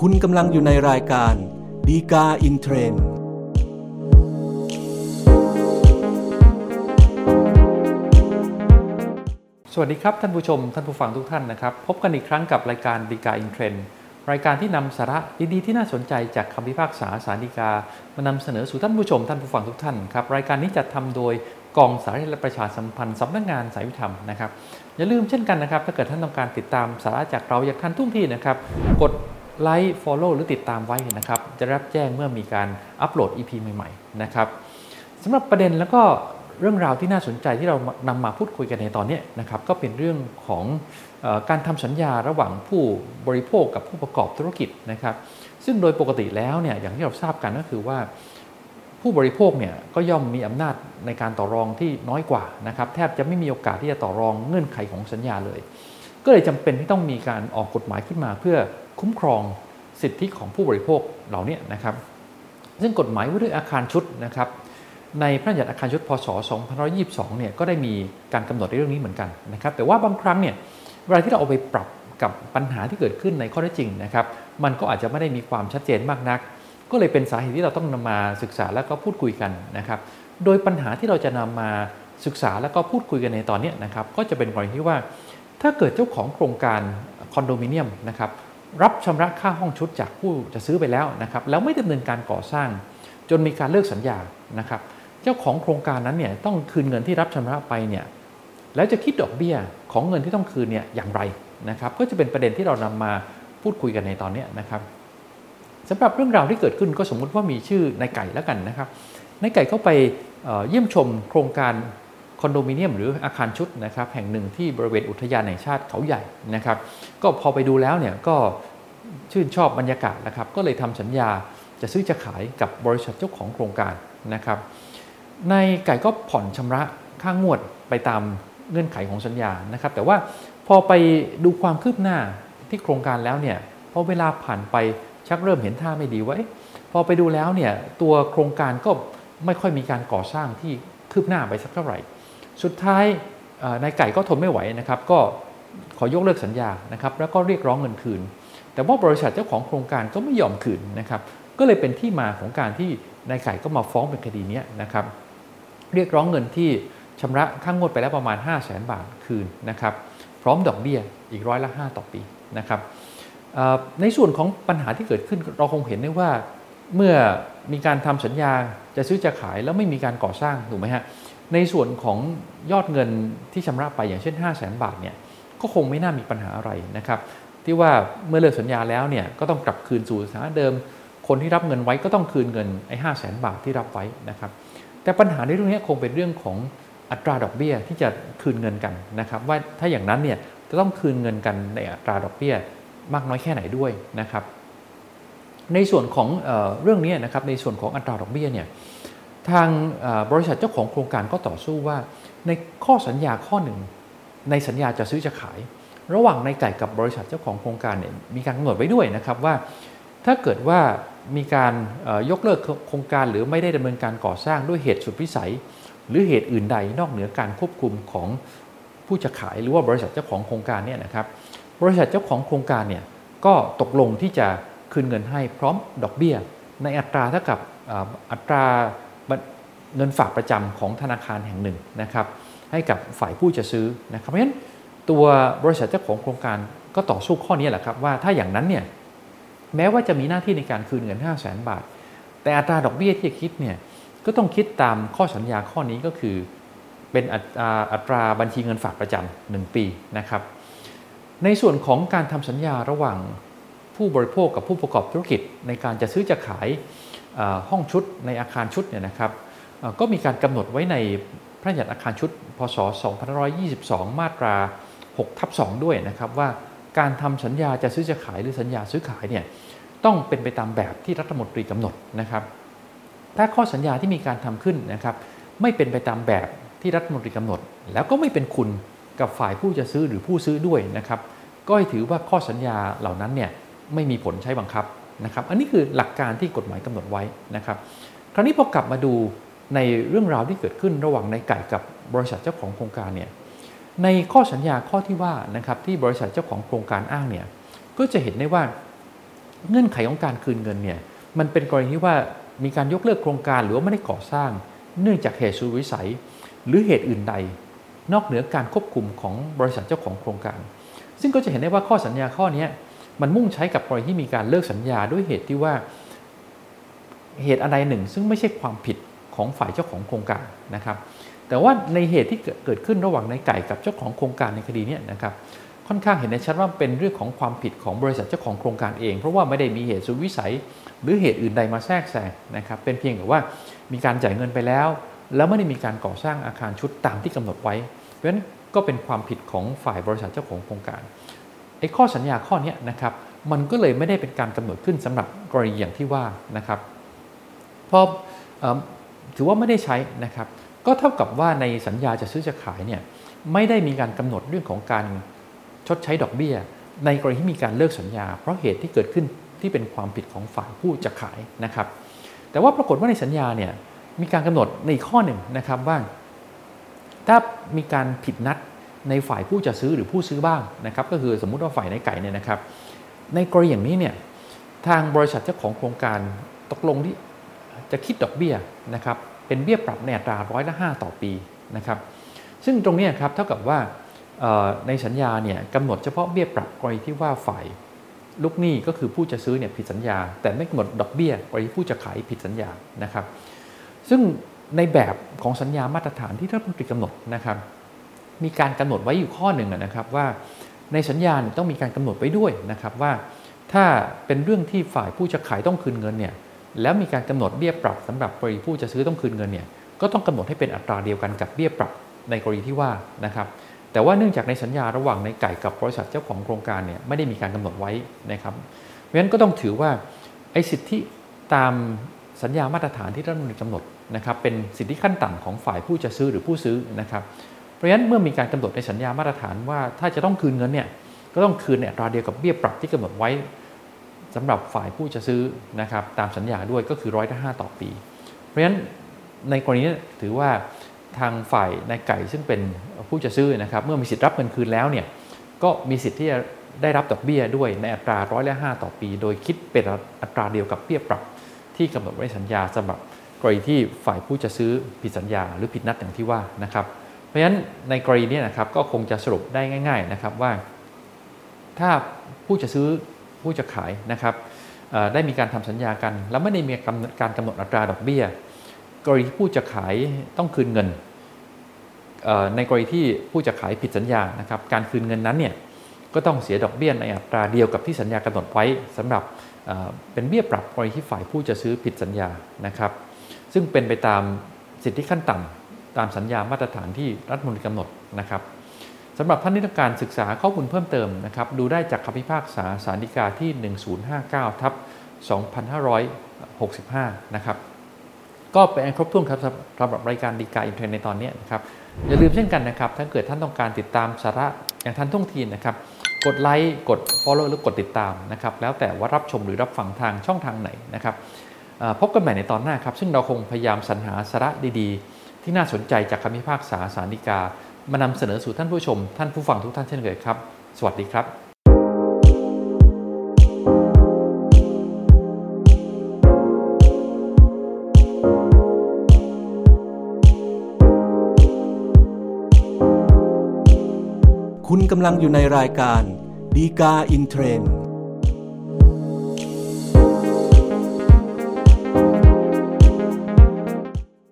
คุณกำลังอยู่ในรายการดีกาอินเทรนด์สวัสดีครับท่านผู้ชมท่านผู้ฟังทุกท่านนะครับพบกันอีกครั้งกับรายการดีกาอินเทรนด์รายการที่นำสาระดีๆที่น่าสนใจจากคำพิพากษาศาลฎีกามานำเสนอสู่ท่านผู้ชมท่านผู้ฟังทุกท่านครับรายการนี้จัดทำโดยกองสารและประชาสัมพันธ์สำนักงานสายยุติธรรมนะครับอย่าลืมเช่นกันนะครับถ้าเกิดท่านต้องการติดตามสาระจากเราอย่างทันท่วงทีนะครับกดไลค์ follow หรือติดตามไว้นะครับจะรับแจ้งเมื่อมีการอัปโหลด EP ใหม่ๆนะครับสำหรับประเด็นแล้วก็เรื่องราวที่น่าสนใจที่เรานำมาพูดคุยกันในตอนนี้นะครับก็เป็นเรื่องของการทำสัญญาระหว่างผู้บริโภคกับผู้ประกอบธุรกิจนะครับซึ่งโดยปกติแล้วเนี่ยอย่างที่เราทราบกันก็คือว่าผู้บริโภคเนี่ยก็ย่อมมีอำนาจในการต่อรองที่น้อยกว่านะครับแทบจะไม่มีโอกาสที่จะต่อรองเงื่อนไขของสัญญาเลยก็เลยจำเป็นที่ต้องมีการออกกฎหมายขึ้นมาเพื่อคุ้มครองสิทธิของผู้บริโภคเหล่านี้นะครับซึ่งกฎหมายว่าด้วยอาคารชุดนะครับในพระราชบัญญัติอาคารชุดพ.ศ. 2522เนี่ยก็ได้มีการกำหนดในเรื่องนี้เหมือนกันนะครับแต่ว่าบางครั้งเนี่ยเวลาที่เราเอาไปปรับกับปัญหาที่เกิดขึ้นในข้อเท็จจริงนะครับมันก็อาจจะไม่ได้มีความชัดเจนมากนักก็เลยเป็นสาเหตุที่เราต้องนำมาศึกษาแล้วก็พูดคุยกันนะครับโดยปัญหาที่เราจะนำมาศึกษาแล้วก็พูดคุยกันในตอนนี้นะครับก็จะเป็นกรณีที่ว่าถ้าเกิดเจ้าของโครงการคอนโดมิเนียมนะครับรับชำระค่าห้องชุดจากผู้จะซื้อไปแล้วนะครับแล้วไม่ดำเนินการก่อสร้างจนมีการเลิกสัญญานะครับเจ้าของโครงการนั้นเนี่ยต้องคืนเงินที่รับชำระไปเนี่ยแล้วจะคิดดอกเบี้ยของเงินที่ต้องคืนเนี่ยอย่างไรนะครับก็จะเป็นประเด็นที่เรานำมาพูดคุยกันในตอนนี้นะครับสำหรับเรื่องราวที่เกิดขึ้นก็สมมุติว่ามีชื่อนายไก่แล้วกันนะครับนายไก่เข้าไปเยี่ยมชมโครงการคอนโดมิเนียมหรืออาคารชุดนะครับแห่งหนึ่งที่บริเวณอุทยานแห่งชาติเขาใหญ่นะครับก็พอไปดูแล้วเนี่ยก็ชื่นชอบบรรยากาศนะครับก็เลยทำสัญญาจะซื้อจะขายกับบริษัทเจ้าของโครงการนะครับนายไก่ก็ผ่อนชำระค่างวดไปตามเงื่อนไขของสัญญานะครับแต่ว่าพอไปดูความคืบหน้าที่โครงการแล้วเนี่ยพอเวลาผ่านไปชักเริ่มเห็นท่าไม่ดีว่าพอไปดูแล้วเนี่ยตัวโครงการก็ไม่ค่อยมีการก่อสร้างที่คืบหน้าไปสักเท่าไหร่สุดท้ายนายไก่ก็ทนไม่ไหวนะครับก็ขอยกเลิกสัญญานะครับแล้วก็เรียกร้องเงินคืนแต่ว่าบริษัทเจ้าของโครงการก็ไม่ยอมคืนนะครับก็เลยเป็นที่มาของการที่นายไก่ก็มาฟ้องเป็นคดีนี้นะครับเรียกร้องเงินที่ชำระค่างวดไปแล้วประมาณ 500,000 บาทคืนนะครับพร้อมดอกเบี้ยอีก5%ต่อปีนะครับในส่วนของปัญหาที่เกิดขึ้นเราคงเห็นได้ว่าเมื่อมีการทำสัญญาจะซื้อจะขายแล้วไม่มีการก่อสร้างถูกไหมฮะในส่วนของยอดเงินที่ชำระไปอย่างเช่น 500,000 บาทเนี่ยก็คงไม่น่ามีปัญหาอะไรนะครับที่ว่าเมื่อเลิกสัญญาแล้วเนี่ยก็ต้องกลับคืนสู่สถานะเดิมคนที่รับเงินไว้ก็ต้องคืนเงินไอ้ 500,000 บาทที่รับไว้นะครับแต่ปัญหาในเรื่องนี้คงเป็นเรื่องของอัตราดอกเบี้ยที่จะคืนเงินกันนะครับว่าถ้าอย่างนั้นเนี่ยจะต้องคืนเงินกันในอัตราดอกเบี้ยมากน้อยแค่ไหนด้วยนะครับในส่วนของเรื่องนี้นะครับในส่วนของอัตราดอกเบี้ยเนี่ยทางบริษัทเจ้าของโครงการก็ต่อสู้ว่าในข้อสัญญาข้อหนึ่งในสัญญาจะซื้อจะขายระหว่างนายไก่กับบริษัทเจ้าของโครงการเนี่ยมีการกำหนดไว้ด้วยนะครับว่าถ้าเกิดว่ามีการยกเลิกโครงการหรือไม่ได้ดำเนินการก่อสร้างด้วยเหตุสุดวิสัยหรือเหตุอื่นใดนอกเหนือการควบคุมของผู้จะขายหรือว่าบริษัทเจ้าของโครงการเนี่ยนะครับบริษัทเจ้าของโครงการเนี่ยก็ตกลงที่จะคืนเงินให้พร้อมดอกเบี้ยในอัตราเท่ากับอัตราเงินฝากประจำของธนาคารแห่งหนึ่งนะครับให้กับฝ่ายผู้จะซื้อนะครับเพราะฉะนั้นตัวบริษัทเจ้าของโครงการก็ต่อสู้ข้อนี้แหละครับว่าถ้าอย่างนั้นเนี่ยแม้ว่าจะมีหน้าที่ในการคืนเงิน 500,000 บาทแต่อัตราดอกเบี้ยที่จะคิดเนี่ยก็ต้องคิดตามข้อสัญญาข้อนี้ก็คือเป็นอัตราบัญชีเงินฝากประจำ1 ปีนะครับในส่วนของการทำสัญญาระหว่างผู้บริโภคกับผู้ประกอบธุรกิจในการจะซื้อจะขายห้องชุดในอาคารชุดเนี่ยนะครับก็มีการกำหนดไว้ในพระราชบัญญัติอาคารชุดพ.ศ. 2522 มาตรา 6/2 ด้วยนะครับว่าการทำสัญญาจะซื้อจะขายหรือสัญญาซื้อขายเนี่ยต้องเป็นไปตามแบบที่รัฐมนตรีกำหนดนะครับถ้าข้อสัญญาที่มีการทำขึ้นนะครับไม่เป็นไปตามแบบที่รัฐมนตรีกำหนดแล้วก็ไม่เป็นคุณกับฝ่ายผู้จะซื้อหรือผู้ซื้อด้วยนะครับก็ให้ถือว่าข้อสัญญาเหล่านั้นเนี่ยไม่มีผลใช้บังคับนะครับอันนี้คือหลักการที่กฎหมายกำหนดไว้นะครับคราวนี้พอกลับมาดูในเรื่องราวที่เกิดขึ้นระหว่างนายไก่กับบริษัทเจ้าของโครงการเนี่ยในข้อสัญญาข้อที่ว่านะครับที่บริษัทเจ้าของโครงการอ้างเนี่ยก็จะเห็นได้ว่าเงื่อนไขของการคืนเงินเนี่ยมันเป็นกรณีที่ว่ามีการยกเลิกโครงการหรือว่าไม่ได้ก่อสร้างเนื่องจากเหตุสุดวิสัยหรือเหตุอื่นใดนอกเหนือการควบคุมของบริษัทเจ้าของโครงการซึ่งก็จะเห็นได้ว่าข้อสัญญาข้อนี้มันมุ่งใช้กับกรณีที่มีการเลิกสัญญาด้วยเหตุที่ว่าเหตุอะไรหนึ่งซึ่งไม่ใช่ความผิดของฝ่ายเจ้าของโครงการนะครับแต่ว่าในเหตุที่เกิดขึ้นระหว่างนายไก่กับเจ้าของโครงการในคดีนี้นะครับค่อนข้างเห็นได้ชัดว่าเป็นเรื่องของความผิดของบริษัทเจ้าของโครงการเองเพราะว่าไม่ได้มีเหตุสุดวิสัยหรือเหตุอื่นใดมาแทรกแซงนะครับเป็นเพียงแต่ว่ามีการจ่ายเงินไปแล้วไม่ได้มีการก่อสร้างอาคารชุดตามที่กำหนดไว้เพราะฉะนั้นก็เป็นความผิดของฝ่ายบริษัทเจ้าของโครงการไอ้ข้อสัญญาข้อนี้นะครับมันก็เลยไม่ได้เป็นการกำหนดขึ้นสำหรับกรณีอย่างที่ว่านะครับพอถือว่าไม่ได้ใช้นะครับก็เท่ากับว่าในสัญญาจะซื้อจะขายเนี่ยไม่ได้มีการกำหนดเรื่องของการชดใช้ดอกเบี้ยในกรณีที่มีการเลิกสัญญาเพราะเหตุที่เกิดขึ้นที่เป็นความผิดของฝ่ายผู้จะขายนะครับแต่ว่าปรากฏว่าในสัญญาเนี่ยมีการกำหนดในข้อหนึ่งนะครับว่าถ้ามีการผิดนัดในฝ่ายผู้จะซื้อหรือผู้ซื้อบ้างนะครับก็คือสมมุติว่าฝ่ายนายไก่เนี่ยนะครับในกรณีอย่างนี้เนี่ยทางบริษัทเจ้าของโครงการตกลงที่จะคิดดอกเบี้ยนะครับเป็นเบี้ยปรับในอัตรา5%ต่อปีนะครับซึ่งตรงนี้ครับเท่ากับว่าในสัญญาเนี่ยกำหนดเฉพาะเบี้ยปรับกรณีที่ว่าฝ่ายลูกหนี้ก็คือผู้จะซื้อเนี่ยผิดสัญญาแต่ไม่กำหนดดอกเบี้ยกรณีผู้จะขายผิดสัญญานะครับซึ่งในแบบของสัญญามาตรฐานที่รัฐมนตรีกำหนดนะครับมีการกำหนดไว้อยู่ข้อหนึ่งนะครับว่าในสัญญาต้องมีการกำหนดไว้ด้วยนะครับว่าถ้าเป็นเรื่องที่ฝ่ายผู้จะขายต้องคืนเงินเนี่ยแล้วมีการกำหนดเบี้ยปรับสำหรับกรณีผู้จะซื้อต้องคืนเงินเนี่ยก็ต้องกำหนดให้เป็นอัตราเดียวกันกับเบี้ยปรับในกรณีที่ว่านะครับแต่ว่าเนื่องจากในสัญญาระหว่างนายไก่กับบริษัทเจ้าของโครงการเนี่ยไม่ได้มีการกำหนดไว้นะครับเพราะฉะนั้นก็ต้องถือว่าไอ้สิทธิตามสัญญามาตรฐานที่รัฐมนตรีกำหนดนะครับเป็นสิทธิขั้นต่ำของฝ่ายผู้จะซื้อหรือผู้ซื้อนะครับเพราะฉะนั้นเมื่อมีการกำหนดในสัญญามาตรฐานว่าถ้าจะต้องคืนเงินเนี่ยก็ต้องคืนในอัตราเดียวกับเบี้ยปรับที่กำหนดไว้สำหรับฝ่ายผู้จะซื้อนะครับตามสัญญาด้วยก็คือ5%ต่อปีเพราะฉะนั้นในกรณีนี้ถือว่าทางฝ่ายนายไก่ซึ่งเป็นผู้จะซื้อนะครับเมื่อมีสิทธิ์รับเงินคืนแล้วเนี่ยก็มีสิทธิ์ที่จะได้รับดอกเบี้ยด้วยในอัตรา5%ต่อปีโดยคิดเป็นอัตราเดียวกับเบี้ยปรับที่กำหนดไว้ในสัญญาสำหรับกรณีที่ฝ่ายผู้จะซื้อผิดสัญญาหรือผิดนัดอย่างที่ว่านะครับเพราะฉะนั้นในกรณีนี้นะครับก็คงจะสรุปได้ง่ายๆนะครับว่าถ้าผู้จะซื้อผู้จะขายนะครับได้มีการทำสัญญากันแล้วไม่ได้มีการกำหนดอัตราดอกเบี้ยกรณีที่ผู้จะขายต้องคืนเงินในกรณีที่ผู้จะขายผิดสัญญานะครับการคืนเงินนั้นเนี่ยก็ต้องเสียดอกเบี้ยในอัตราเดียวกับที่สัญญากำหนดไว้สำหรับเป็นเบี้ยปรับกรณีที่ฝ่ายผู้จะซื้อผิดสัญญานะครับซึ่งเป็นไปตามสิทธิขั้นต่ำตามสัญญามาตรฐานที่รัฐมนตรีกำหนดนะครับสำหรับท่านที่ต้องการศึกษาข้อมูลเพิ่มเติมนะครับดูได้จากคำพิพากษาศาลฎีกาที่1059/2565นะครับก็เป็นครบถ้วนครับสำหรับรายการดีกาอินเทรนด์ในตอนนี้นะครับอย่าลืมเช่นกันนะครับถ้าเกิดท่านต้องการติดตามสาระอย่างทันท่วงทีนะครับกดไลค์กด follow หรือกดติดตามนะครับแล้วแต่ว่ารับชมหรือรับฟังทางช่องทางไหนนะครับพบกันใหม่ในตอนหน้าครับซึ่งเราคงพยายามสรรหาสาระดีๆที่น่าสนใจจากคำพิพากษาศาลฎีกามานำเสนอสู่ท่านผู้ชมท่านผู้ฟังทุกท่านเช่นเคยครับสวัสดีครับคุณกำลังอยู่ในรายการดีกาอินเทรนด์